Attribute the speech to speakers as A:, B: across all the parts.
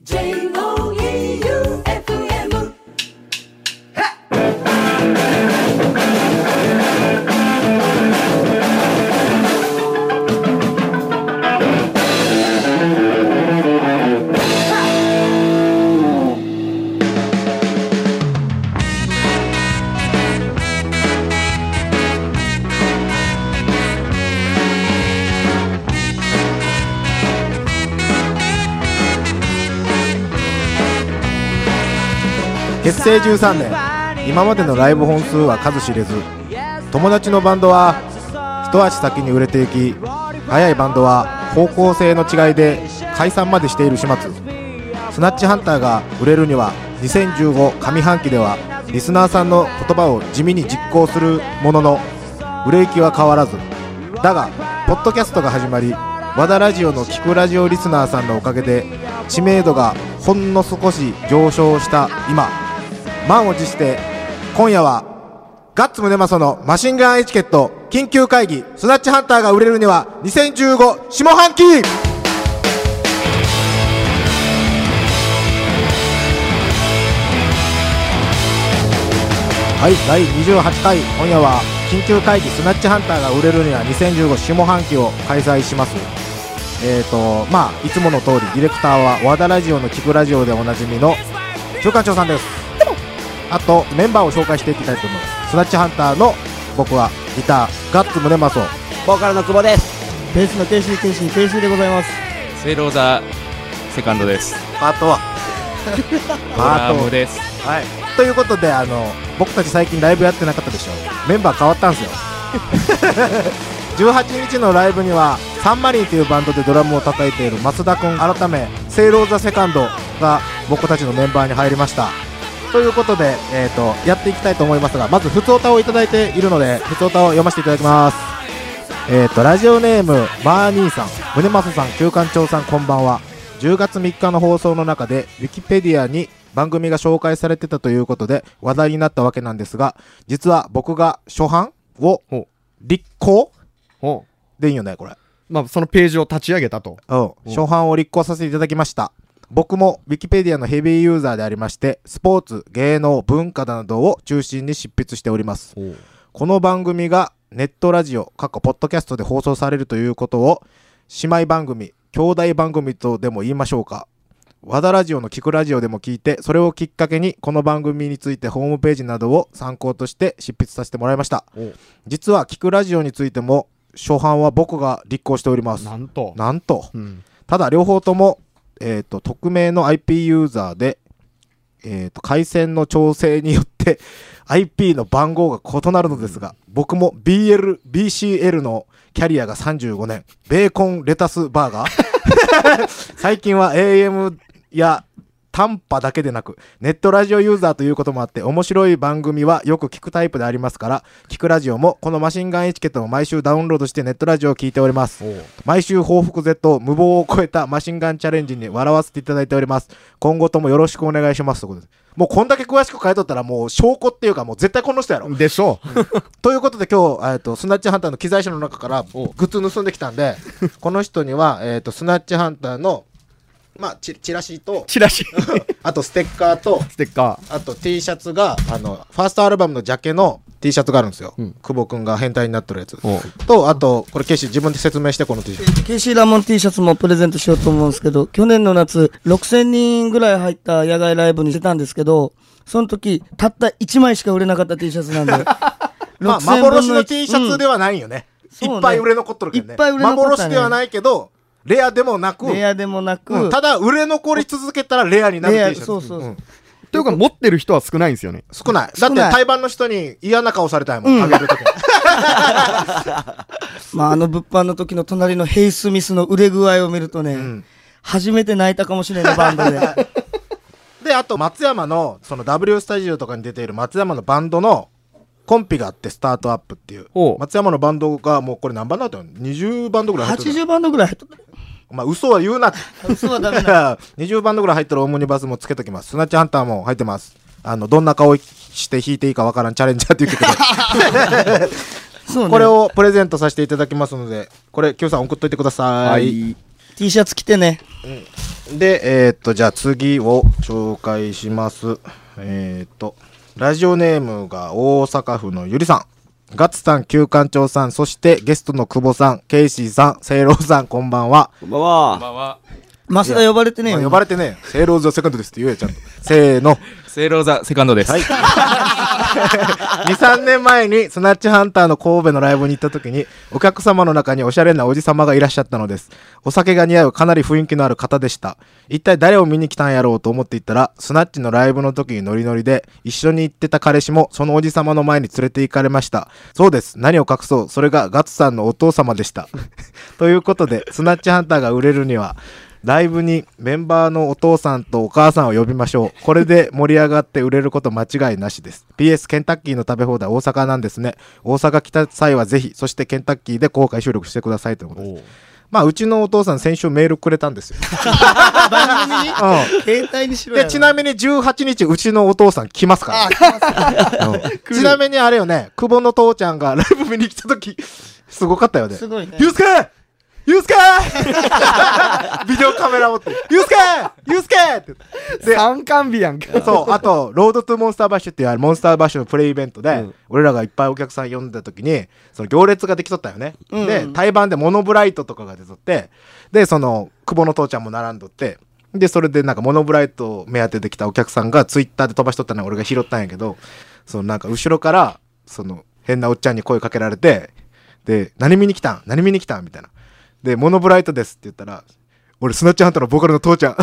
A: J-O-E-U-F-M
B: 結成13年、今までのライブ本数は数知れず、友達のバンドは一足先に売れていき、早いバンドは方向性の違いで解散までしている始末。スナッチハンターが売れるには2015上半期ではリスナーさんの言葉を地味に実行するものの売れ行きは変わらず。だがポッドキャストが始まり、和田ラジオの聞くラジオリスナーさんのおかげで知名度がほんの少し上昇した今、満を持して今夜はガッツムネマソのマシンガンエチケット緊急会議、スナッチハンターが売れるには2015下半期。はい、第28回、今夜は緊急会議スナッチハンターが売れるには2015下半期を開催します。いつもの通りディレクターは和田ラジオの聞くラジオでおなじみの中間長さんです。あとメンバーを紹介していきたいと思います。スナッチハンターの僕はギターガッツムネマソ、
C: ボーカルの久保です。
D: ベースのケイシーでございます。
E: セイローザセカンドです。
B: パートは
E: ドラムです。
B: はい、ということで僕たち最近ライブやってなかったでしょ。メンバー変わったんですよ18日のライブにはサンマリンというバンドでドラムを叩いている松田君改めセイローザセカンドが僕たちのメンバーに入りました。ということで、やっていきたいと思いますが、まずふつおたをいただいているのでふつおたを読ませていただきます。ラジオネームマーニーさん、宗正さん、旧館長さん、こんばんは。10月3日の放送の中でウィキペディアに番組が紹介されてたということで話題になったわけなんですが、実は僕が初版を立行でいいよねこれ、
D: そのページを立ち上げたと。
B: 初版を立行させていただきました。僕もウィキペディアのヘビーユーザーでありまして、スポーツ、芸能、文化などを中心に執筆しております。この番組がネットラジオポッドキャストで放送されるということを姉妹番組、兄弟番組とでも言いましょうか、和田ラジオの聞くラジオでも聞いて、それをきっかけにこの番組についてホームページなどを参考として執筆させてもらいました。実は聞くラジオについても初版は僕が立行しております。なんと、ただ両方とも匿名の IP ユーザーで、回線の調整によって IP の番号が異なるのですが、僕も BCL のキャリアが35年、ベーコンレタスバーガー最近は AM や短波だけでなくネットラジオユーザーということもあって、面白い番組はよく聞くタイプでありますから、聞くラジオもこのマシンガンエチケットを毎週ダウンロードしてネットラジオを聞いております。毎週報復 Z 無謀を超えたマシンガンチャレンジに笑わせていただいております。今後ともよろしくお願いしますということです。もうこんだけ詳しく書いとったらもう証拠っていうかもう絶対この人やろ
D: でしょう
B: ということで今日スナッチハンターの機材書の中からグッズ盗んできたんでこの人にはスナッチハンターのチラシとあとステッカーとあと T シャツがファーストアルバムのジャケの T シャツがあるんですよ。久保くんが変態になってるやつと、あとこれケイシー自分で説明して。この T シャツ
D: ケイシーラモン T シャツもプレゼントしようと思うんですけど、去年の夏6000人ぐらい入った野外ライブにしてたんですけど、その時たった1枚しか売れなかった T シャツなんで
B: 幻の T シャツではないよね、いっぱい売れ残っとるけどね。幻ではないけどレアでもなく、ただ売れ残り続けたらレアになる T シャツ。
D: というか持ってる人は少ないんですよね。
B: 少ない。だって対バンの人に嫌な顔されたいもん、あげるとき
D: 物販の時の隣のヘイスミスの売れ具合を見るとね、初めて泣いたかもしれないバンドで
B: で、あと松山のその W スタジオとかに出ている松山のバンドのコンピがあって、スタートアップっていう松山のバンドがもうこれ何バンドだったの ?20 バンドぐらい入ってる。
D: 80バンドぐらい入ってる。
B: 嘘は言うなって
D: 嘘はダメだ
B: 20バンドぐらい入ってるオムニバスもつけときます。スナッチハンターも入ってます。どんな顔して弾いていいかわからんチャレンジャーっていう曲でこれをプレゼントさせていただきますので、これ Q さん送っといてください。
D: T シャツ着てね。
B: でじゃあ次を紹介します。ラジオネームが大阪府のゆりさん、ガッツさん、旧館長さん、そしてゲストの久保さん、ケイシーさん、セイローさん、こんばんは。
E: こんばんは。
D: 増田呼ばれてねえよ。
B: 呼ばれてねえ。セイローズ・ザ・セカンドですって言えよ、ちゃんと。せーの。
E: セイローザセカンドです。
B: はい。2、3年前にスナッチハンターの神戸のライブに行った時に、お客様の中におしゃれなおじ様がいらっしゃったのです。お酒が似合うかなり雰囲気のある方でした。一体誰を見に来たんやろうと思っていったら、スナッチのライブの時にノリノリで、一緒に行ってた彼氏もそのおじ様の前に連れて行かれました。そうです。何を隠そう。それがガッツさんのお父様でした。ということで、スナッチハンターが売れるには、ライブにメンバーのお父さんとお母さんを呼びましょう。これで盛り上がって売れること間違いなしです。PS ケンタッキーの食べ放題大阪なんですね。大阪来た際はぜひ、そしてケンタッキーで公開収録してくださいということです。まあうちのお父さん先週メールくれたんですよ。
D: 番組に携帯にしろよ。
B: でちなみに18日うちのお父さん来ますから。ちなみにあれよね、久保の父ちゃんがライブ見に来た時すごかったよね。
D: すごいね。
B: ユースケユースケビデオカメラ持ってユースケユースケってで
C: 参観日やんか。
B: そう、あとロードトゥモンスターバッシュっていうモンスターバッシュのプレイイベントで、俺らがいっぱいお客さん呼んだ時にその行列ができとったよね、で対バンでモノブライトとかが出とって、でその久保の父ちゃんも並んどって、でそれでなんかモノブライト目当てで来たお客さんがツイッターで飛ばしとったのを俺が拾ったんやけど、そのなんか後ろからその変なおっちゃんに声かけられて、で何見に来たん何見に来たんみたいなで、モノブライトですって言ったら、俺スナッチハンターのボーカルの父ちゃん。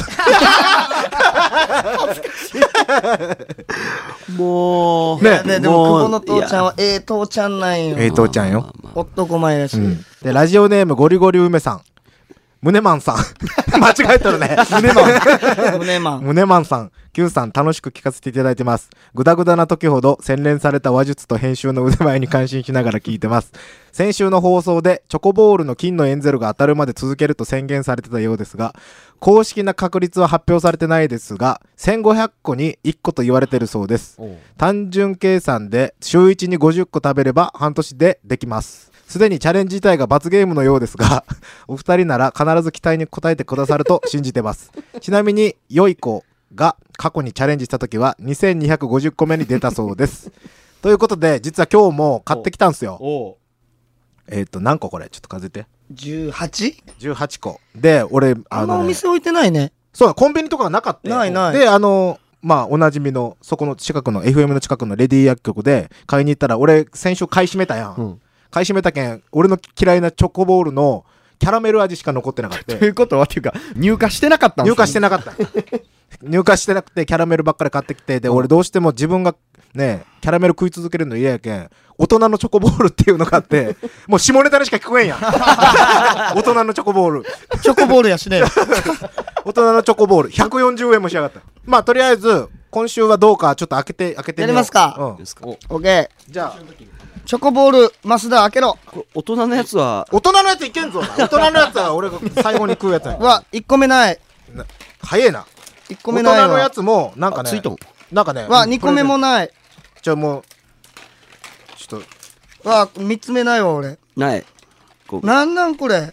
C: もう
B: ね
D: でも久保の父ちゃんは父ちゃんなんよ。
B: 父ちゃんよ。
D: 男前やし。
B: でラジオネームゴリゴリ梅さん、胸マンさん間違えたるね。胸マンさん、Q さん、楽しく聞かせていただいてます。グダグダな時ほど洗練された話術と編集の腕前に感心しながら聞いてます。先週の放送でチョコボールの金のエンゼルが当たるまで続けると宣言されてたようですが、公式な確率は発表されてないですが、1500個に1個と言われてるそうです。単純計算で週1に50個食べれば半年でできます。すでにチャレンジ自体が罰ゲームのようですが、お二人なら必ず期待に応えてくださると信じてます。ちなみに良い子が過去にチャレンジした時は2250個目に出たそうです。ということで実は今日も買ってきたんすよ。何個これちょっと数えて。
D: 18
B: 個で、俺
D: あんまお店置いてないね。
B: そう、コンビニとかがなかった。
D: ない
B: でまあおなじみのそこの近くの FM の近くのレディー薬局で買いに行ったら、俺先週買い占めたやん、買い占めたけん、俺の嫌いなチョコボールのキャラメル味しか残ってなかった。
C: ということはっていうか入荷してなかったんです、ね、
B: 入荷してなかった入荷してなくてキャラメルばっかり買ってきて、で俺どうしても自分がねキャラメル食い続けるの嫌やけん、大人のチョコボールっていうのがあって、もう下ネタにしか聞こえんやん大人のチョコボール
D: チョコボールやしね
B: 大人のチョコボール140円もしやがった。まあとりあえず今週はどうかちょっと開けてみよう。
D: やりますか。オッケー。
B: じゃあ
D: チョコボール増田開けろ。
C: 大人のやつは
B: 大人のやついけんぞ。大人のやつは俺が最後に食うやつやん。
D: うわ1個目ない
B: 早えな。
D: 1個目ないわ。
B: 大人のやつもなんかね、なんかね、
D: わ2個目もない。
B: じゃあもうちょっ
D: とわ3つ目ないわ俺。
C: ない
D: なんこれ。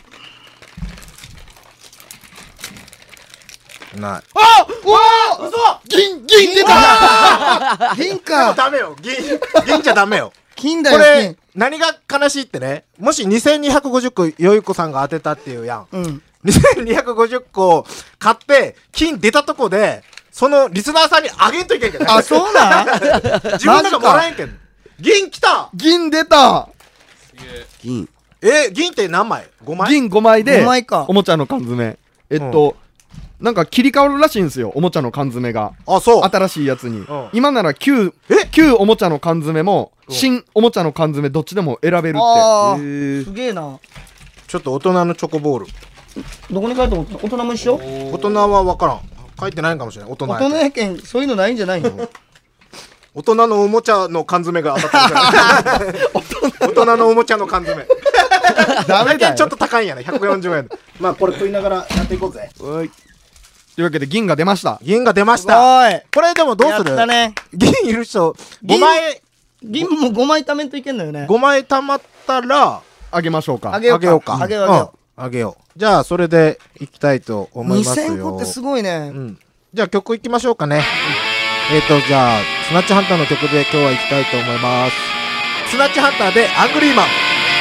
B: ない。
D: あうわ嘘。銀出た銀か。
B: ダメよ、銀じゃダメよ。
D: 金だよ。
B: これ何が悲しいってね、もし2250個よいこさんが当てたっていうやん、2250個買って金出たとこでそのリスナーさんにあげんといけんけどね。
D: あ、そうなん
B: 自分なんかもらえんけん。銀来た。
C: 銀出た。銀
B: 銀って何枚？5枚？
C: 銀5枚で
D: 5枚か。
C: おもちゃの缶詰なんか切り替わるらしいんですよ、おもちゃの缶詰が。
B: あ、そう。
C: 新しいやつに。今なら旧おもちゃの缶詰も新おもちゃの缶詰どっちでも選べるって。
D: すげえな。
B: ちょっと大人のチョコボール
D: どこに書いても大人も一緒？
B: 大人は分からん、書いてないかもしれない。大人
D: やけんそういうのないんじゃないの？
B: 大人のおもちゃの缶詰が当たってる大人のおもちゃの缶詰ダメだよ。ちょっと高いんやね、140円。まあこれ食いながらやっていこうぜ。
C: というわけで銀が出ました。
B: 銀が出ました。これでもどうする？
D: やったね。
B: 銀いる人5枚、
D: 銀も5枚貯めんといけんのよね。
B: 5枚貯まったら
C: あげましょうか。
D: あげようか。
B: あげよう。じゃあそれでいきたいと思いますよ。
D: 2000個ってすごいね。
B: じゃあ曲いきましょうかね。じゃあスナッチハンターの曲で今日は行きたいと思います。スナッチハンターでアングリーマン。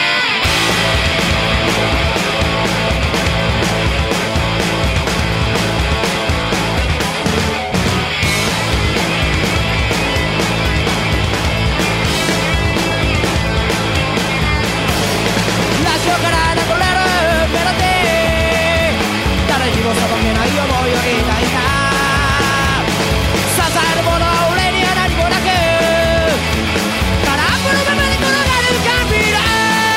F: ラジオから流れるメロディー、誰にも届けない想いを抱いた、支えるものは俺には何もなく、空っぽのままに転がるカビラ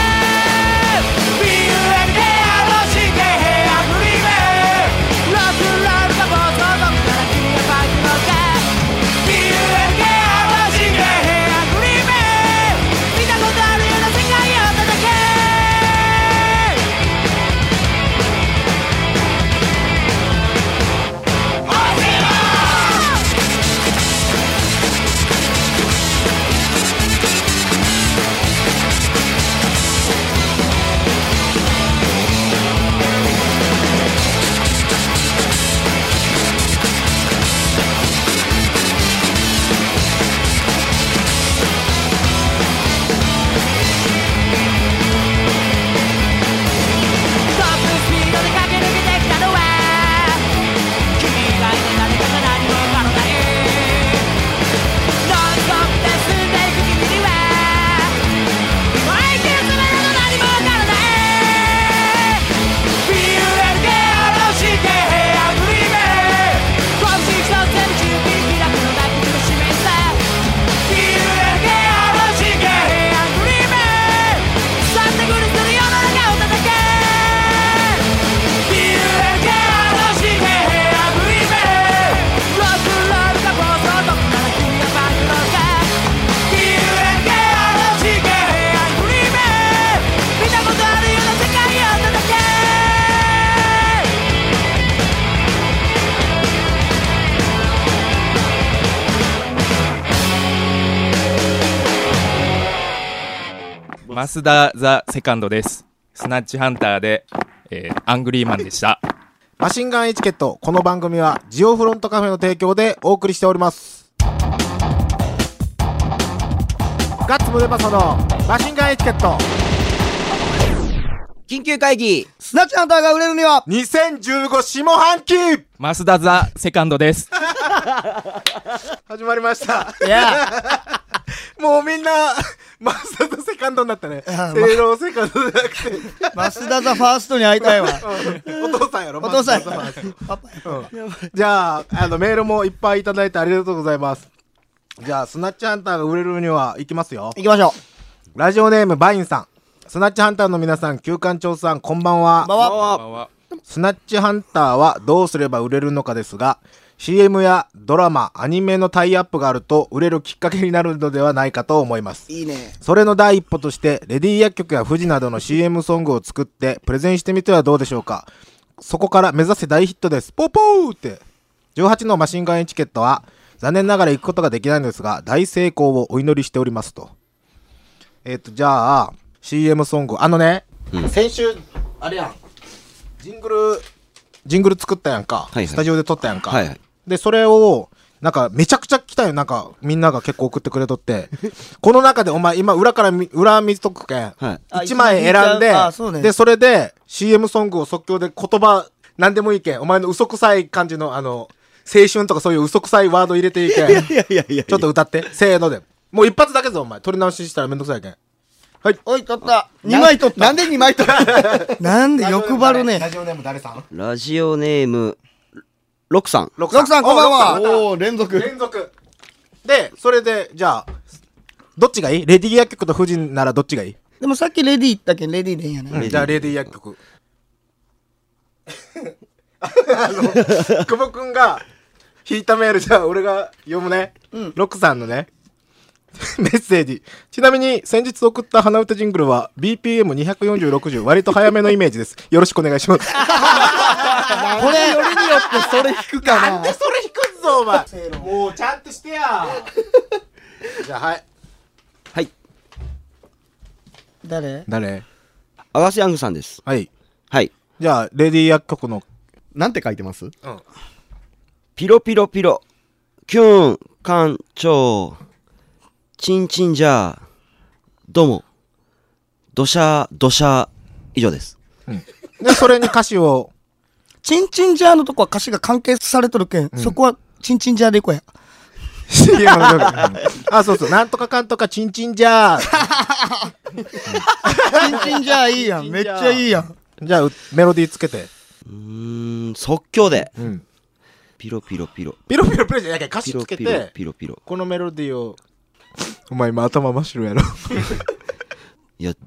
F: BUMK あの神経平安フリーメン、ロックンロールがボスをどこから君がバイクのか BUMK あの神経平安フリーメン、見たことあるような世界を叩け。トップスピードで駆け抜けてきたのは君以外の誰かが何もわからない、ノンストップで進んでいく君には今生きる術など何もわからない。 BULK あの神経平安フリーメン、拳一つで宇宙に開くのが君の使命さ。 BULK あの神経平安フリーメン、去ってくるする世の中を叩け。BULK あの神経平安フリーメン、ロックンロールが暴走どこから君がバイクのか BULK あの神経平安フリーメン、見たことあるような世界を叩け。
E: 増田ザ・セカンドです。スナッチハンターで、アングリーマンでした。
B: マシンガンエチケット。この番組はジオフロントカフェの提供でお送りしております。ガッツムデパソのマシンガンエチケット
F: 緊急会議。
D: スナッチハンターが売れるには、
B: 2015下半期
E: 増田ザ・セカンドです。
B: 始まりました。
D: いや、
B: もうみんなマスターとセカンドになったね。
D: や
B: セイローセカンドじゃなくて
D: マスダザファーストに会いたいわ。
B: お父さんやろ。
D: お父さん
B: マスターファーストパパじゃあメールもいっぱいいただいてありがとうございます。じゃあスナッチハンターが売れるにはいきますよ。
D: 行きましょう。
B: ラジオネームバインさん。スナッチハンターの皆さん、旧館長さん、こんばんは。
D: こんばんは。
B: スナッチハンターはどうすれば売れるのかですが、CM やドラマ、アニメのタイアップがあると売れるきっかけになるのではないかと思います。
D: いいね。
B: それの第一歩としてレディ薬局や富士などの CM ソングを作ってプレゼンしてみてはどうでしょうか。そこから目指せ大ヒットです。ポーポーって18のマシンガンエチケットは残念ながら行くことができないのですが大成功をお祈りしておりますと。じゃあ CM ソング先週あれやんジングル作ったやんか、
G: はいはい
B: スタジオで撮ったやんか、
G: はいはい。
B: でそれをなんかめちゃくちゃ来たよ。なんかみんなが結構送ってくれとってこの中でお前今裏見とくけん、
G: はい。
B: 1枚選んで、
D: そうね。
B: でそれで CM ソングを即興で言葉なんでもいいけん、お前の嘘くさい感じの青春とかそういう嘘くさいワード入れていいけん
G: いやいやいや。
B: ちょっと歌ってせーのでもう一発だけぞお前取り直ししたらめんどくさいけん。
D: おい、取った。2枚取った。
C: なんで2枚取った
D: なんで欲張るね。
B: ラジオネーム誰さん？
G: ラジオネーム、ロックさん。
B: ロッ
D: ロックさんこんばんは
C: おー、連続。
B: 連続でそれでじゃあどっちがいい？レディ薬局と富士ならどっちがいい？
D: でもさっきレディー言ったけん、レディーでいいんやね。
B: じゃあレディ薬局久保くんが引いたメールじゃあ俺が読むね、ロックさんのねメッセージ。ちなみに先日送った鼻歌ジングルは BPM24060 割と早めのイメージです。よろしくお願いします。
C: これよりによってそれ引くかな。
B: なんでそれ引くんぞお前。もうちゃんとしてや。じゃあはい
G: はい。
D: 誰？
B: 誰？
G: アガスヤングさんです。
B: はい。
G: はい。
B: じゃあレディー薬局の
C: なんて書いてます？
G: ピロピロピロ、キュン、館長、チンチンジャー、どうも、ドシャ、以上です。
B: でそれに歌詞を
D: チンチンジャーのとこは歌詞が関係されとるけん、そこはチンチンジャーでいこうや。
B: CM の時あ、そうそう、なんとかかんとかチンチンジャー
D: チンチンジャーいいやん。めっちゃいいやん。
B: じゃあメロディーつけて。
G: 即興で。ピロピロピロ。
B: ピロピロピロじゃなきゃ歌詞つけて、
G: ピロピロピロ。
B: このメロディーを。お前今頭真っ白やろ。
G: いや、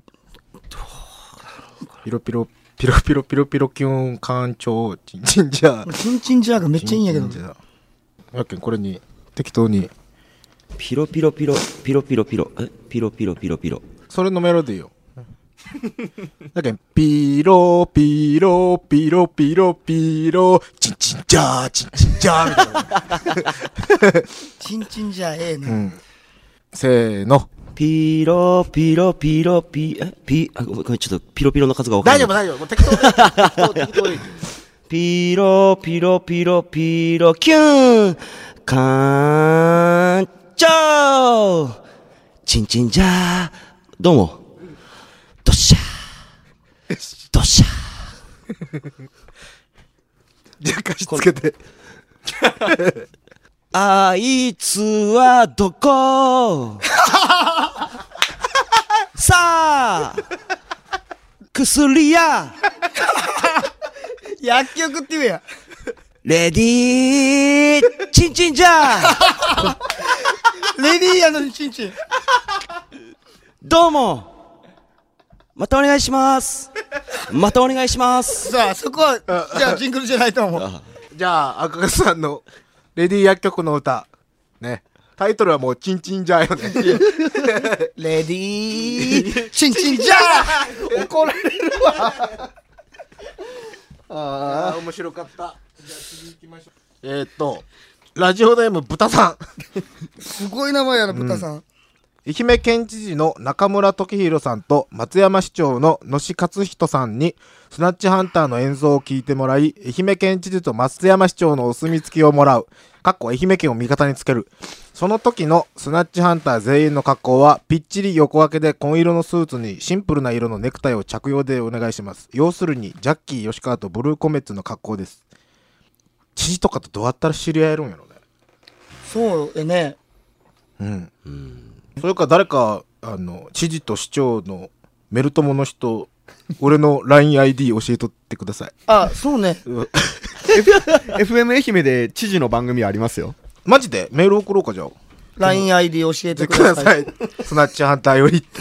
B: ピロピロピロピロピロピロキュン館長チンチンジャー。
D: チンチンジャーがめっちゃいいんやけど。
B: やけんこれに適当に
G: ピロピロピロピロピロピロピロピロピロピロ。
B: それのメロディーよ。だけどピロピロピロピロピロチンチンジャーチンチンジャーみたいな。
D: チンチンジャーええね。
B: せーの。
G: ピロピロピロピこれちょっとピロピロの数が分かんない。
B: 大丈夫もう適当で適当で。
G: ピロピロピロピロキュン館長チンチンジャーどうもドシャドシャ
B: じゃあ歌詞つけて。
G: あいつはどこさあ薬や
D: 薬局って言うや。
G: レディーチンチンジャー
D: レディーやのにチンチン。
G: どうもまたお願いしますまたお願いします。
D: さあそこはじゃあジングルじゃないと思う。
B: じゃあ赤川さんのレディー薬局の歌ね、タイトルはもうチンチンジャーよね。
D: レディーチンチンジャー怒られるわ。
B: ああ面白かった。じゃあ次行きましょう。ラジオネーム豚さん。
D: すごい名前やな豚さん。
B: 愛媛県知事の中村時弘さんと松山市長の野志勝人さんにスナッチハンターの演奏を聞いてもらい、愛媛県知事と松山市長のお墨付きをもらう。愛媛県を味方につける。その時のスナッチハンター全員の格好はぴっちり横分けで紺色のスーツにシンプルな色のネクタイを着用でお願いします。要するにジャッキー吉川とブルーコメッツの格好です。知事とかとどうやったら知り合えるんやろね。
D: そうやね。
B: それか誰か知事と市長のメル友の人、俺の LINE-ID 教えとってください。
D: あ、そうね。
C: FM 愛媛で知事の番組ありますよ。
B: マジでメール送ろうか。じゃあ
D: LINE-ID 教えてください。
B: スナッチハンターより。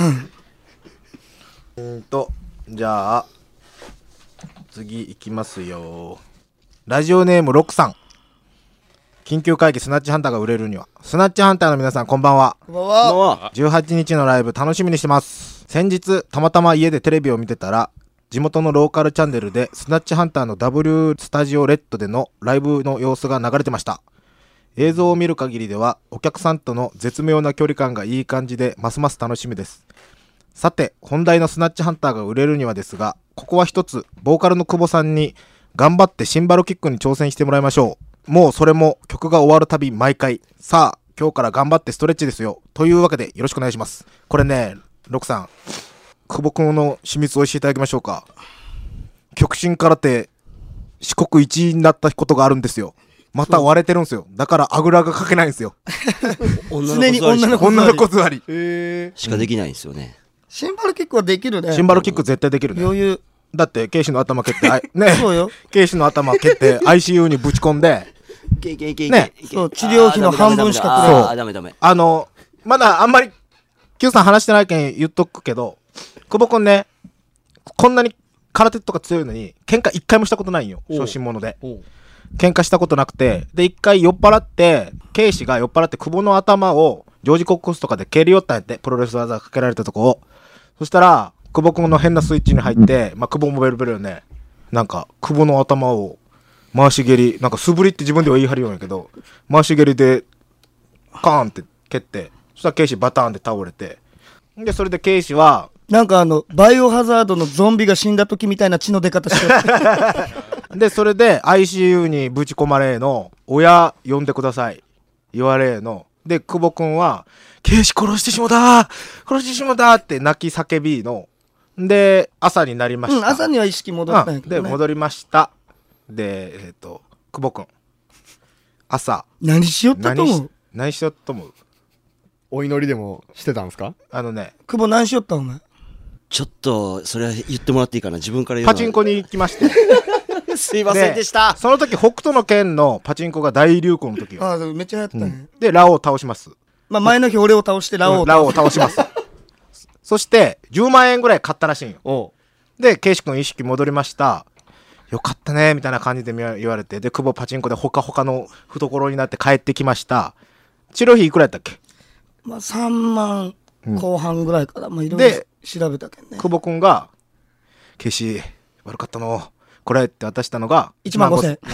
B: じゃあ次いきますよ。ラジオネームロックさん。緊急会議スナッチハンターが売れるには。スナッチハンターの皆さんこんばんは。
D: こんばんは。
B: 18日のライブ楽しみにしてます。先日たまたま家でテレビを見てたら、地元のローカルチャンネルでスナッチハンターの W スタジオレッドでのライブの様子が流れてました。映像を見る限りではお客さんとの絶妙な距離感がいい感じでますます楽しみです。さて本題のスナッチハンターが売れるにはですが、ここは一つボーカルの久保さんに頑張ってシンバルキックに挑戦してもらいましょう。もうそれも曲が終わるたび毎回、さあ今日から頑張ってストレッチですよというわけでよろしくお願いします。これね、ロクさん、久保君の秘密を教えていただきましょうか。極真空手四国1位になったことがあるんですよ。また割れてるんですよ。だからあぐらがかけないんですよ。
D: 常に女の
B: 子座り
G: しかできないんですよね。
D: シンバルキックはできるね。
B: シンバルキック絶対できるね。
D: 余裕
B: だってケイシの頭蹴ってね。
D: そうよ。
B: ケイシの頭蹴って ICU にぶち込んでね。
D: そう治療費の半分しかくれない。
G: ダメダメ。
B: まだあんまり Q さん話してないけん言っとくけど、久保君ね、こんなに空手とか強いのに喧嘩一回もしたことないんよ。小心者で喧嘩したことなくて、で一回酔っ払って、ケイシが酔っ払って久保の頭をジョージコックスとかで蹴り寄ったんやって、プロレス技かけられたとこを。そしたら久保君の変なスイッチに入って、まあ久保もベルベルよね。なんか久保の頭を回し蹴り、なんか素振りって自分では言い張るようんやけど、回し蹴りでカーンって蹴って、そしたらケイシバターンで倒れて、でそれでケイシは
D: なんかバイオハザードのゾンビが死んだ時みたいな血の出方してる。
B: で、それで ICU にぶち込まれの、親呼んでください。言われの。で、久保くんは、警視殺してしもた殺してしもたって泣き叫びの。で、朝になりました。
D: 朝には意識戻ったんやけど、ね。
B: で、戻りました。で、久保くん。朝。
D: 何しよったと思う？
B: 何しよったと思う？
C: お祈りでもしてたんですか？
D: 久保何しよったお前。
G: ちょっと、それは言ってもらっていいかな。自分から言うのは
B: パチンコに行きまして。
G: すいませんでした。
B: その時、北斗の拳のパチンコが大流行の時よ。
D: ああ、めっちゃ流行ってたね。
B: で、ラオを倒します。
D: まあ、前の日俺を倒してラオを
B: 倒します。そして、10万円ぐらい買ったらしいんよ。で、ケイシ君意識戻りました。よかったね、みたいな感じで言われて、で、久保パチンコでほかほかの懐になって帰ってきました。治療費いくらやったっけ？
D: まあ、3万後半ぐらいから、まあ、いろいろ調べたけんね。
B: 久保くんが、ケイシ、悪かったの。これって渡したのが
D: 1万5千円。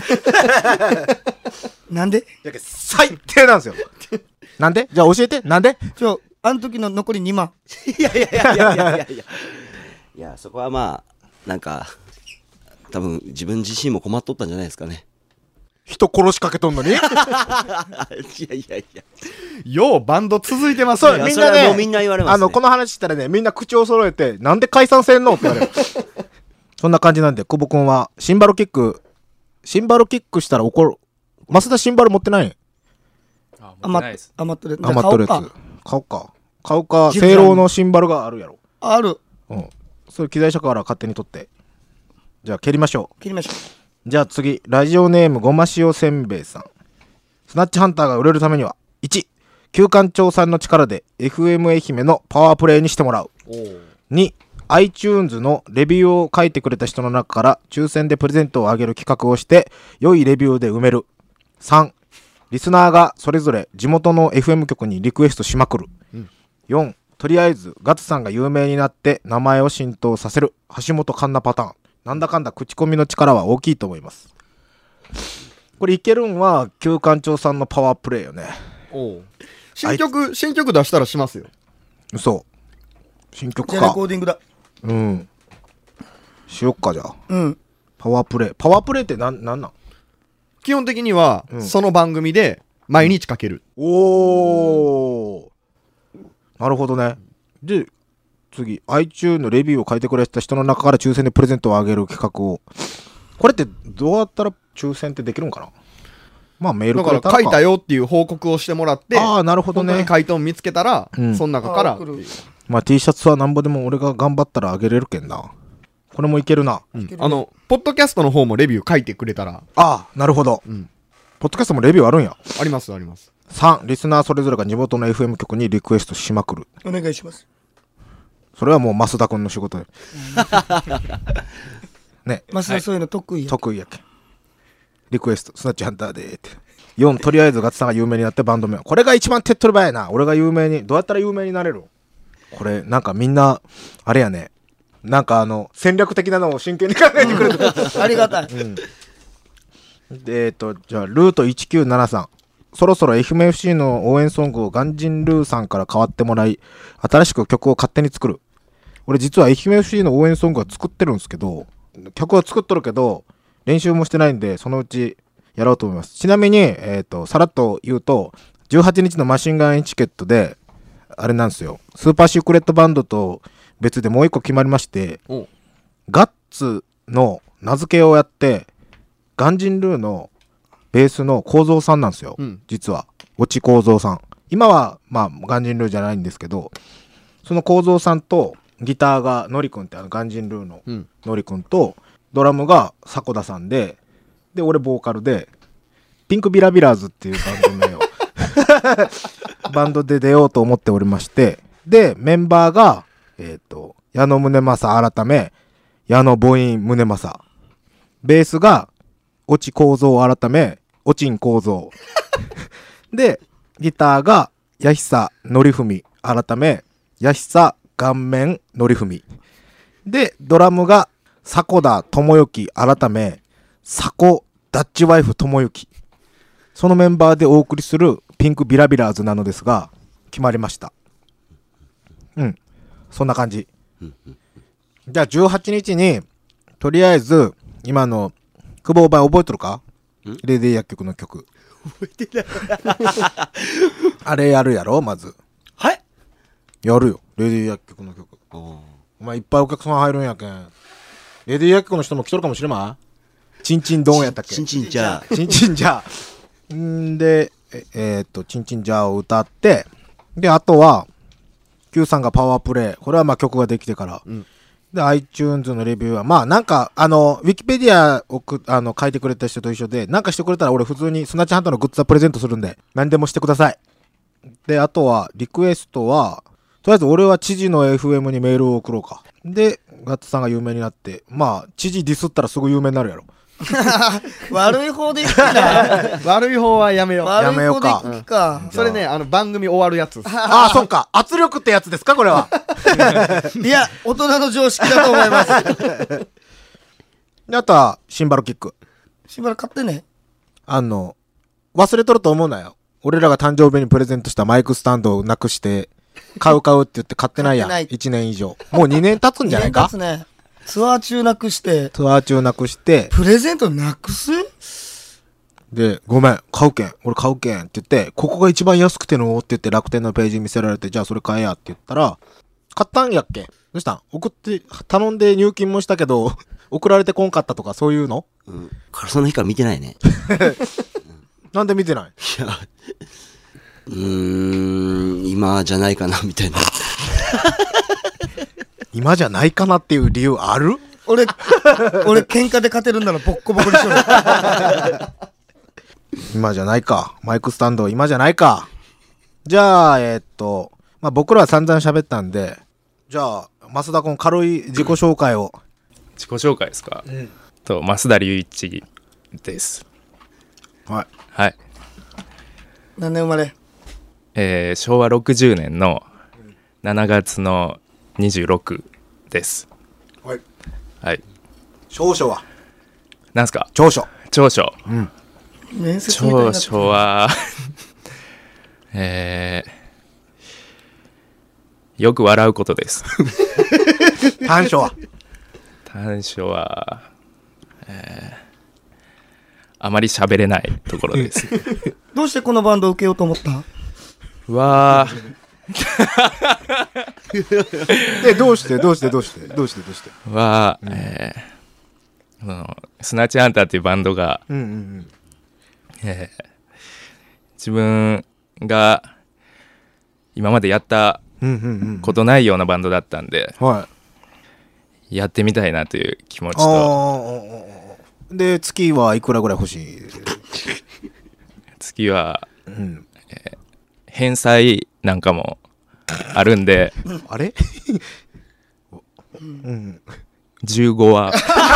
D: なんで？
B: 最低なんですよ。なんで？じゃあ教えて。なんで？
D: あの時の残り2万。
G: いや。いや、そこはまあ、なんか、多分自分自身も困っとったんじゃないですかね。
B: 人殺しかけとんのに？いや。
C: ようバンド続いてます
B: ね。そう、みんなね、
G: もうみんな言われますね。
B: この話したらね、みんな口を揃えて、なんで解散せんのって言われる。そんな感じなんで、久保くんは、シンバルキックしたら怒る。増田シンバル持ってない？
E: 余ってないです。
D: 余っとる
B: やつ。買うか、正論のシンバルがあるやろ。
D: ある。
B: うん。それ機材車から勝手に取って。じゃあ、蹴りましょう。じゃあ次、ラジオネームごま塩せんべいさん。スナッチハンターが売れるためには、1、旧館長さんの力で FM 愛媛のパワープレイにしてもらう。2、iTunes のレビューを書いてくれた人の中から抽選でプレゼントをあげる企画をして良いレビューで埋める。3、リスナーがそれぞれ地元の FM 局にリクエストしまくる。4、とりあえずガッツさんが有名になって名前を浸透させる橋本環奈パターン。なんだかんだ口コミの力は大きいと思います。これいけるんは旧館長さんのパワープレイよね。
C: 新曲出したらしますよ。
B: 嘘。新曲か。
D: じゃあレコーディングだ。
B: うん。しよっかじゃあ。
D: うん。
B: パワープレイってなんなん？
C: 基本的には、その番組で毎日かける。
B: おー。なるほどね。で、次、iTunes のレビューを書いてくれた人の中から抽選でプレゼントをあげる企画を。これってどうやったら抽選ってできるんかな？まあメールくれたら
C: だから書いたよっていう報告をしてもらって、
B: ああ、なるほどね。
C: 本当に回答見つけたら、その中から。
B: まあ T シャツはなんぼでも俺が頑張ったらあげれるけんな。これもいけるな。
C: ポッドキャストの方もレビュー書いてくれたら。
B: ああ、なるほど。ポッドキャストもレビューあるんや。
C: あります。
B: 3、リスナーそれぞれが地元の FM 局にリクエストしまくる。
D: お願いします。
B: それはもう増田君の仕事で。ね。
D: 増田そういうの得意
B: やけん。リクエスト、スナッチハンターでーって。4、とりあえずガッツさんが有名になってバンド名。これが一番手っ取り早いな。俺が有名に、どうやったら有名になれる？これ、なんかみんな、あれやね。なんか戦略的なのを真剣に考えてくれてる。
D: ありがたい。
B: で、じゃあ、ルート1973。そろそろ FMFC の応援ソングをガンジンルーさんから代わってもらい、新しく曲を勝手に作る。俺実は FMFC の応援ソングは作ってるんですけど、曲は作っとるけど、練習もしてないんで、そのうちやろうと思います。ちなみに、さらっと言うと、18日のマシンガンエチケットで、あれなんですよ。スーパーシークレットバンドと別でもう一個決まりまして、ガッツの名付けをやって、ガンジンルーのベースの構造さんなんですよ、実は落ち構造さん。今はまあガンジンルーじゃないんですけど、その構造さんとギターがノリ君ってガンジンルーのノリ君と、ドラムが迫田さんで俺ボーカルでピンクビラビラーズっていうバンド名をバンドで出ようと思っておりまして、でメンバーが矢野宗正改め矢野母音宗正、ベースが落ち構造改めおちん構造でギターが八久典文改め八久顔面典文で、ドラムが迫田智之改め迫ダッチワイフ智之、そのメンバーでお送りするピンクビラビラーズなのですが、決まりました。 そんな感じ。じゃあ18日にとりあえず今の久保お前覚えとるか？レディー薬局の曲覚えてないあれやるやろまず。
G: はい。
B: やるよレディー薬局の曲。お前いっぱいお客さん入るんやけん。レディー薬局の人も来とるかもしれまい。チンチンドンやったっけ？
G: チンチンジャー。
B: チンチンジャー。んでチンチンジャーを歌って、であとは Q さんがパワープレイ、これはまあ曲ができてから、で iTunes のレビューはまあなんかウィキペディアを書いてくれた人と一緒で、なんかしてくれたら俺普通にスナッチハンターのグッズはプレゼントするんで何でもしてください。であとはリクエストはとりあえず俺は知事の FM にメールを送ろうか。でガッツさんが有名になって、まあ知事ディスったらすぐ有名になるやろ。
D: 悪い方でいくな。
C: 悪い方はやめよう。
B: やめようか
D: 悪い方でいくか。
C: それね、番組終わるやつ。
B: ああ、そっか。圧力ってやつですかこれは。
D: いや、大人の常識だと思います。
B: であとはシンバルキック。
D: しばらく買ってね。
B: 忘れとると思うなよ。俺らが誕生日にプレゼントしたマイクスタンドをなくして買うって言って買ってないやん。
D: 買ってない
B: 1年以上。もう2年経つんじゃないか。
D: 2年経つね。ツアー中なくして、
B: ツアー中なくして、
D: プレゼントなくす？
B: で、ごめん、俺買うけんって言って、ここが一番安くてのって言って楽天のページ見せられて、じゃあそれ買えやって言ったら、買ったんやっけ？どうしたん？頼んで入金もしたけど、送られてこんかったとかそういうの？
G: その日から見てないね。
B: なんで見てない？
G: いや、今じゃないかな、みたいな。
B: 今じゃないかなっていう理由ある？
D: 俺喧嘩で勝てるんならボッコボコにしろ。
B: 今じゃないか。マイクスタンド今じゃないか。じゃあまあ、僕らは散々喋ったんで、じゃあ増田君軽い自己紹介を。
E: 自己紹介ですか？と増田隆一です。
B: はい。
E: はい。
D: 何年生まれ？
E: 昭和60年の7月の26です。
B: はい。
E: はい。
B: 長所は？
E: なんすか？
B: 長所。
E: 長所。
D: 面接みたいにな
E: 長
D: ってる
E: 所はよく笑うことです。
B: 短所は？
E: 短所は、あまり喋れないところです。
D: どうしてこのバンドを受けようと思った？
E: うわ
B: どうして
E: は、スナッチハンターっていうバンドが、自分が今までやったことないようなバンドだったんで、やってみたいなという気持ちと、
B: で月はいくらぐらい欲しい？
E: 月は、返済なんかもあるんで、
B: あれ
E: 15は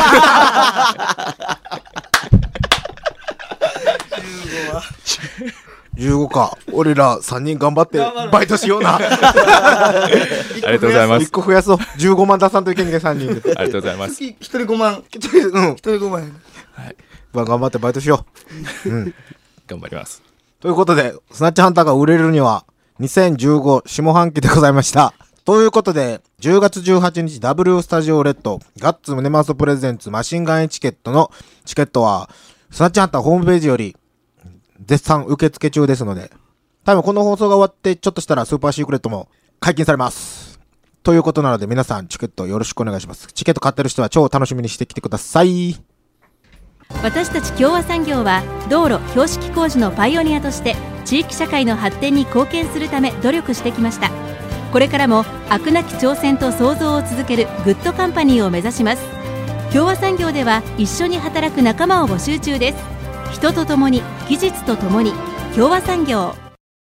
B: 15か。俺ら3人頑張ってバイトしような。
E: ありがとうございます。
B: 1個増やそう。15万出さんといけんけん3人で。
E: ありがとうございます。
D: 1人5万。1人5万。
B: 頑張ってバイトしよう。
E: 頑張ります。
B: ということで、スナッチハンターが売れるには2015下半期でございました。ということで、10月18日 W スタジオレッドガッツムネマソプレゼンツマシンガンエチケットのチケットはスナッチハンターホームページより絶賛受付中ですので、多分この放送が終わってちょっとしたらスーパーシークレットも解禁されます。ということなので皆さんチケットよろしくお願いします。チケット買ってる人は超楽しみにしてきてください。
H: 私たち共和産業は道路標識工事のパイオニアとして地域社会の発展に貢献するため努力してきました。これからも飽くなき挑戦と創造を続けるグッドカンパニーを目指します。共和産業では一緒に働く仲間を募集中です。人とともに技術とともに共和産業。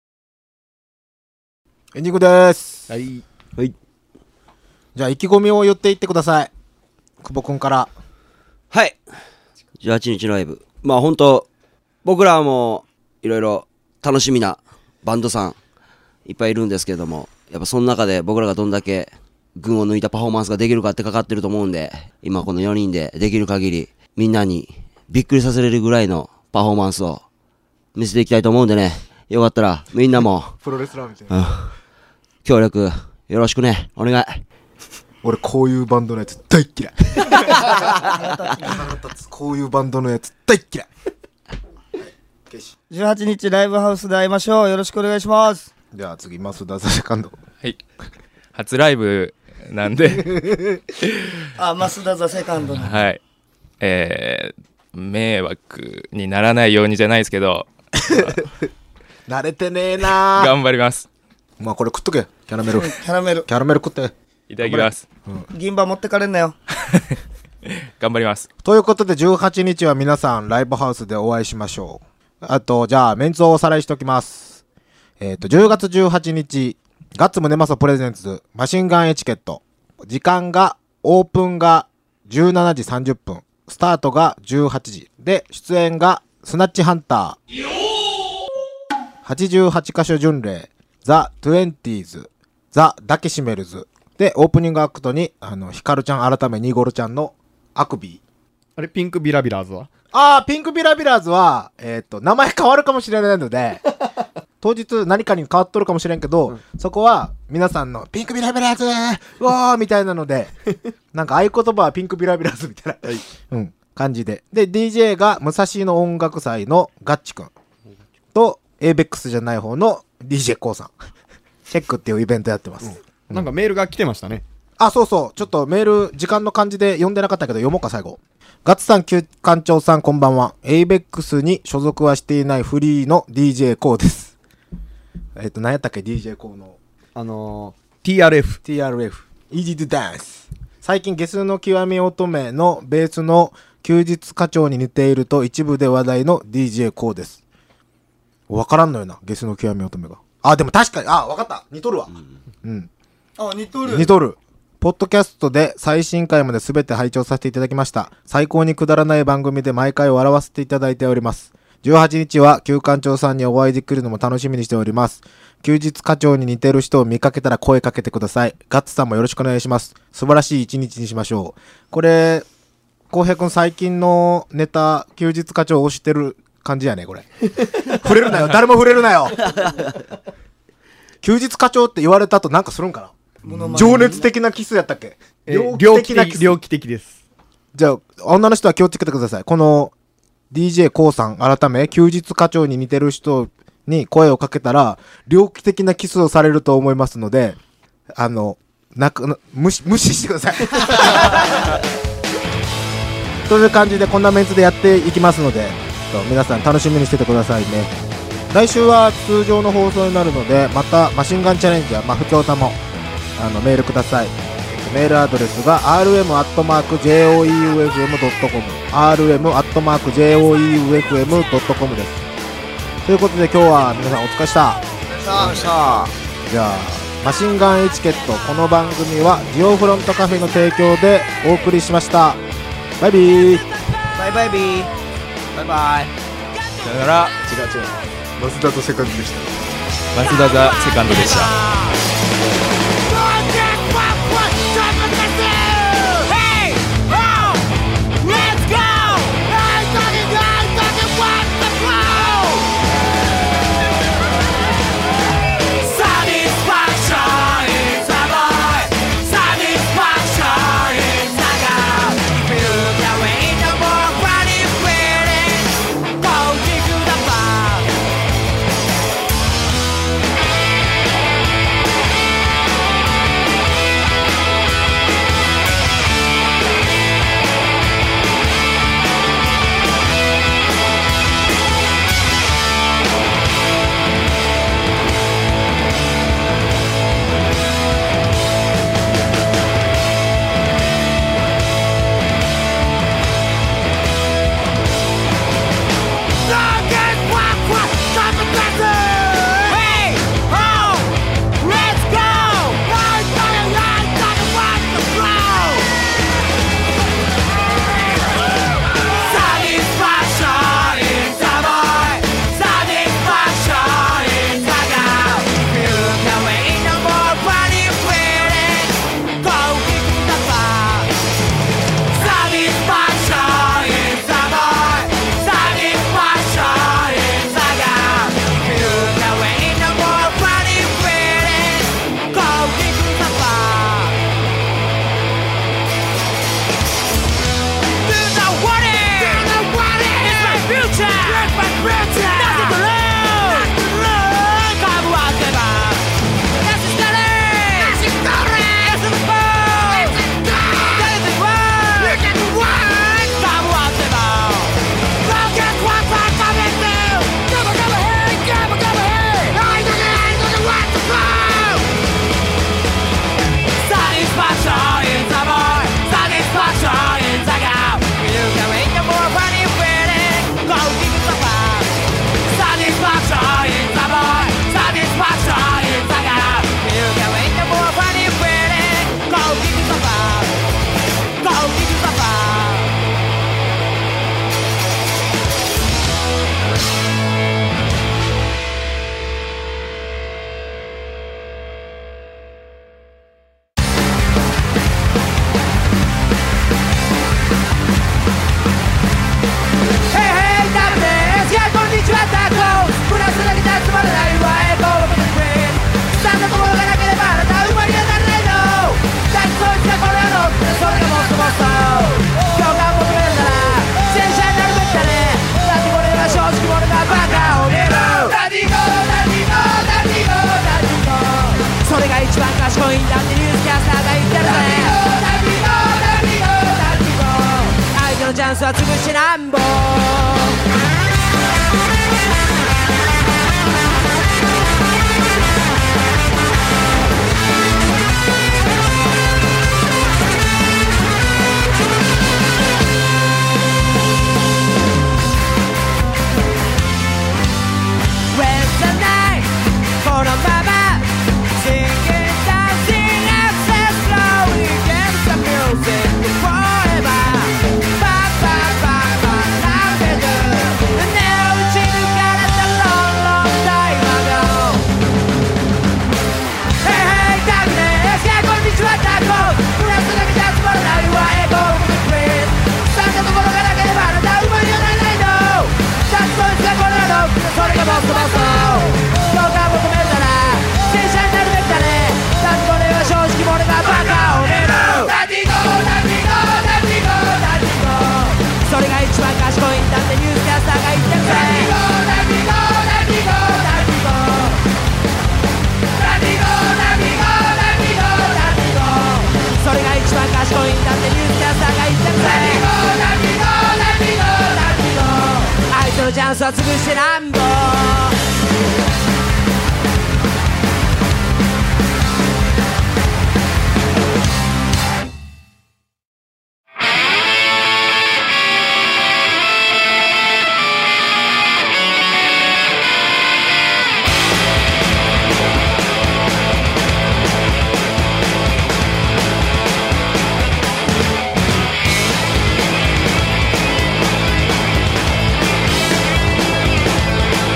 B: エンディングです。
C: はい。
B: じゃあ意気込みを言っていってください。久保くんから。
G: はい。18日のライブ。まあ本当僕らもいろいろ楽しみなバンドさんいっぱいいるんですけれども、やっぱその中で僕らがどんだけ群を抜いたパフォーマンスができるかってかかってると思うんで、今この4人でできる限りみんなにびっくりさせれるぐらいのパフォーマンスを見せていきたいと思うんでね、よかったらみんなも
B: プロレスラーみたいな。
G: 協力よろしくね、お願い。
B: 俺こういうバンドのやつ大っ嫌い。こういうバンドのやつ大っ嫌い。
D: 18日ライブハウスで会いましょう。よろしくお願いします。
B: じゃあ次増田ザセカンド。
E: はい。初ライブなんで
D: 増田ザセカンドの。
E: はい。迷惑にならないようにじゃないですけど
B: 慣れてねえな。
E: 頑張ります。
B: まあこれ食っとけ。キャラメル。
D: キャラメル
B: 食って。
E: いただきます。
D: 銀歯持ってかれんなよ。
E: 頑張ります。
B: ということで18日は皆さんライブハウスでお会いしましょう。あとじゃあメンツをおさらいしておきます。10月18日ガッツムネマソプレゼンツマシンガンエチケット。時間がオープンが17時30分、スタートが18時で、出演がスナッチハンター、88カ所巡礼、ザ・トゥエンティーズ、ザ・ダケシメルズで、オープニングアクトにヒカルちゃん改めニゴルちゃんのアクビー。
C: あれピンクビラビラーズは
B: ピンクビラビラーズは名前変わるかもしれないので当日何かに変わっとるかもしれんけど、そこは皆さんのピンクビラビラーズうわーみたいなのでなんか合言葉はピンクビラビラーズみたいな、感じで。で DJ が武蔵野音楽祭のガッチくんと ABEX じゃない方の DJ コウさんチェックっていうイベントやってます、
C: なんかメールが来てましたね。
B: そうそう、ちょっとメール時間の感じで読んでなかったけど読もうか。最後ガッツさん、旧館長さん、こんばんは。ABEX に所属はしていないフリーの DJ コウです。何やったっけ DJ コウの
C: TRF
B: Easy to Dance。最近ゲスの極み乙女のベースの休日課長に似ていると一部で話題の DJ コウです。わからんのよな、ゲスの極み乙女が。でも確かにわかった、似とるわ。似とる。ポッドキャストで最新回まで全て拝聴させていただきました。最高にくだらない番組で毎回笑わせていただいております。18日は旧館長さんにお会いできるのも楽しみにしております。休日課長に似てる人を見かけたら声かけてください。ガッツさんもよろしくお願いします。素晴らしい一日にしましょう。これ浩平くん最近のネタ休日課長を推してる感じやねこれ触れるなよ、誰も触れるなよ休日課長って言われた後なんかするんかな。情熱的なキスやったっけ。
C: 猟奇的です。
B: じゃあ女の人は気をつけてください。この DJ コウさん改め休日課長に似てる人に声をかけたら猟奇的なキスをされると思いますので無視してくださいという感じでこんなメンツでやっていきますので皆さん楽しみにしててくださいね。来週は通常の放送になるのでまたマシンガンチャレンジャー不協たもメールください。メールアドレスが rm@joeufm.com rm@joeufm.com です。ということで今日は皆さんお疲れした。じゃあマシンガンエチケット、この番組はジオフロントカフェの提供でお送りしました。バイビー。
D: バイバイビー。
E: バイバイ。さよなら。
B: 増田とセカンドでした。
E: 増田ザセカンドでした。
F: は潰してなんぼこのまま Singing, dancing, access slowly against the music forever Ba ba ba ba, love it Now it's in the long, long time ago Hey, hey, darkness, yeah, こんにちは、タコブラスだけじゃつまらないわ、エゴーのクリーン参加ところがなければあなたは馬にはなれないのダンスボイスがこれなのそれがボスボス今日が求めるなら戦車になるべきだねだってこれは正直俺がバカを見るラティゴラティゴラティゴラティゴそれが一番賢いんだってニュースキャスターが言ってるぜラティゴラティゴラティゴラティゴラティゴラティゴラティゴそれが一番賢いんだってニュースキャスターが言ってるぜラティゴラティゴラティゴラティゴ相手のチャンスは潰してなんぼ
I: 「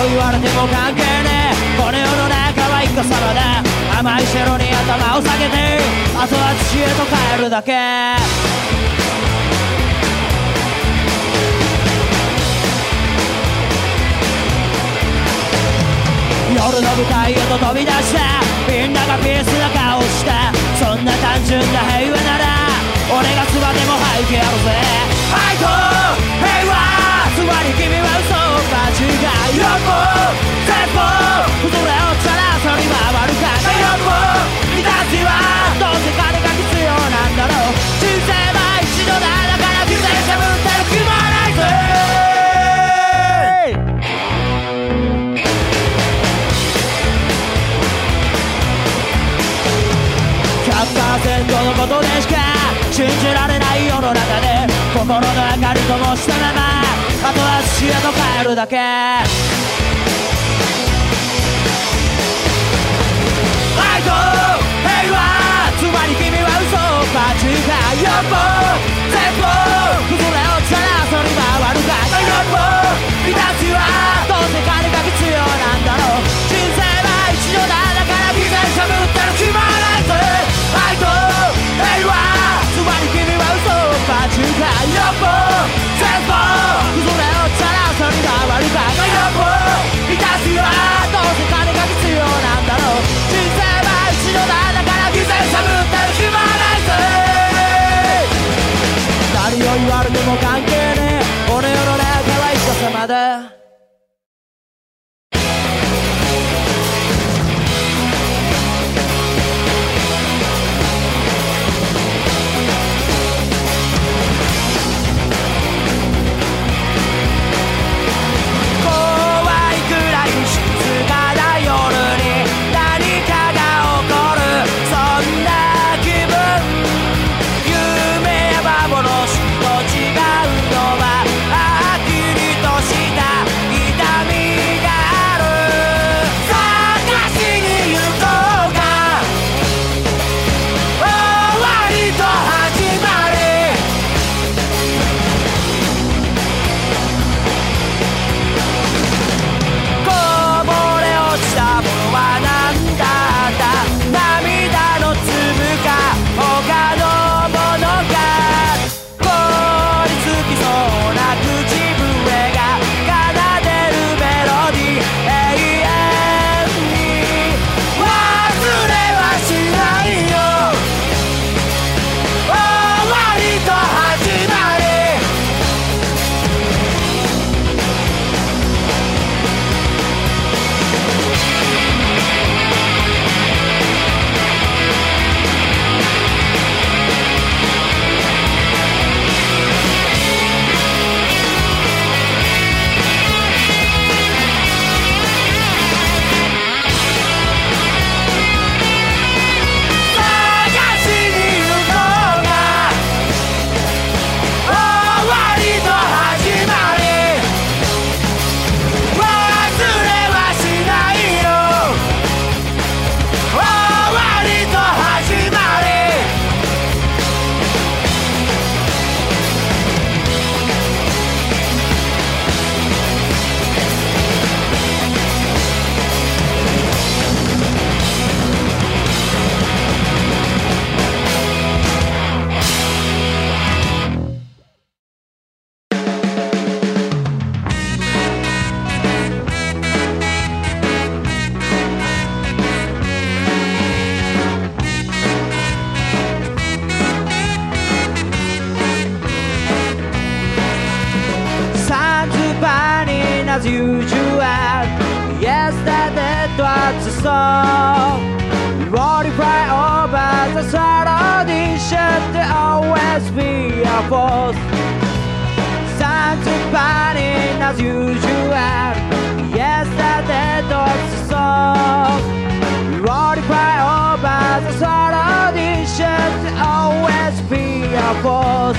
F: 言われても関係ねえ。この世の中は一個様だ。甘いシェロに頭を下げてあとは土へと帰るだけ。夜の舞台へと飛び出したみんながピースな顔した。そんな単純な平和なら俺が唾でも吐いてやるぜ。愛と平和つまり君は嘘間違いよっぽ絶望それをチャラそり回るかよっぽ満たしはどうせ金が必要なんだろう。人生は一度だだから自転車ぶってる気もないぜ。100% のことでしか信じられない世の中で心の明かりともしたままあとは土へと帰るだけ。愛と平和つまり君は嘘間違いよっぽ絶望それをチャラそり回るかよっぽ満たしはどうせ金が必要なんだろう。人生は一度だだから自転車ぶってる気もないぜ。愛と平和つまり君は嘘間違いよっぽ絶望それをチャラそり回るかよっぽ満たしはどうせ金が必要なんだろう。人生は一度だだから自転車ぶってる暇ないぜ。何を言われても関係ねえこの世の中は一緒様だ。as usual. Yesterday it was a song. Roll it right over the side audition. There always be a force. Something burning as usual. Yesterday it was a song. Roll it right over the side audition. There always be a force.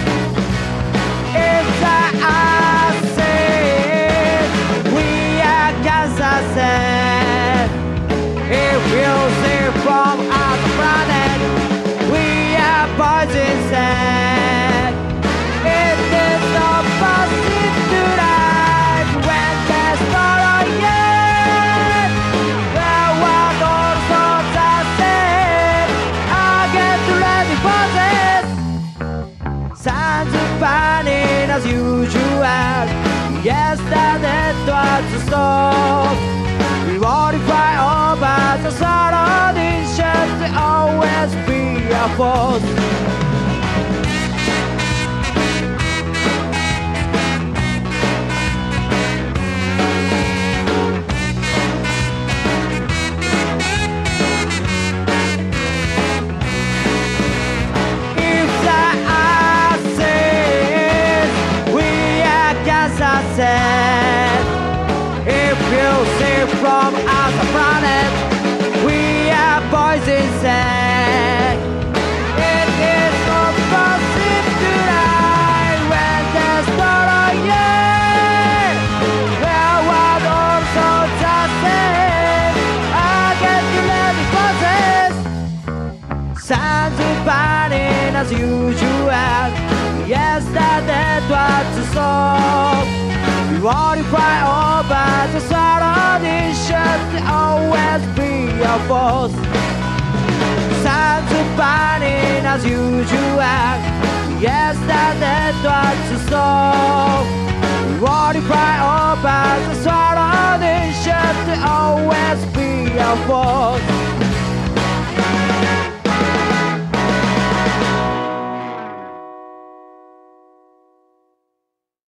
F: It's a sin. We are Kansas. If you see from our planet, we are poison. It is so possible to life when there's no you. force. If the earth says we are gases, if you see from other planet, we are poisons. It is not possible to die when there's not a year. There was also just against the living forces. Sun's burning as usual. Yesterday was so. We want to fly over the surrounding should always be a force. Sun's burning as usual. Yesterday was so. We want to fly over the surrounding should always be a force.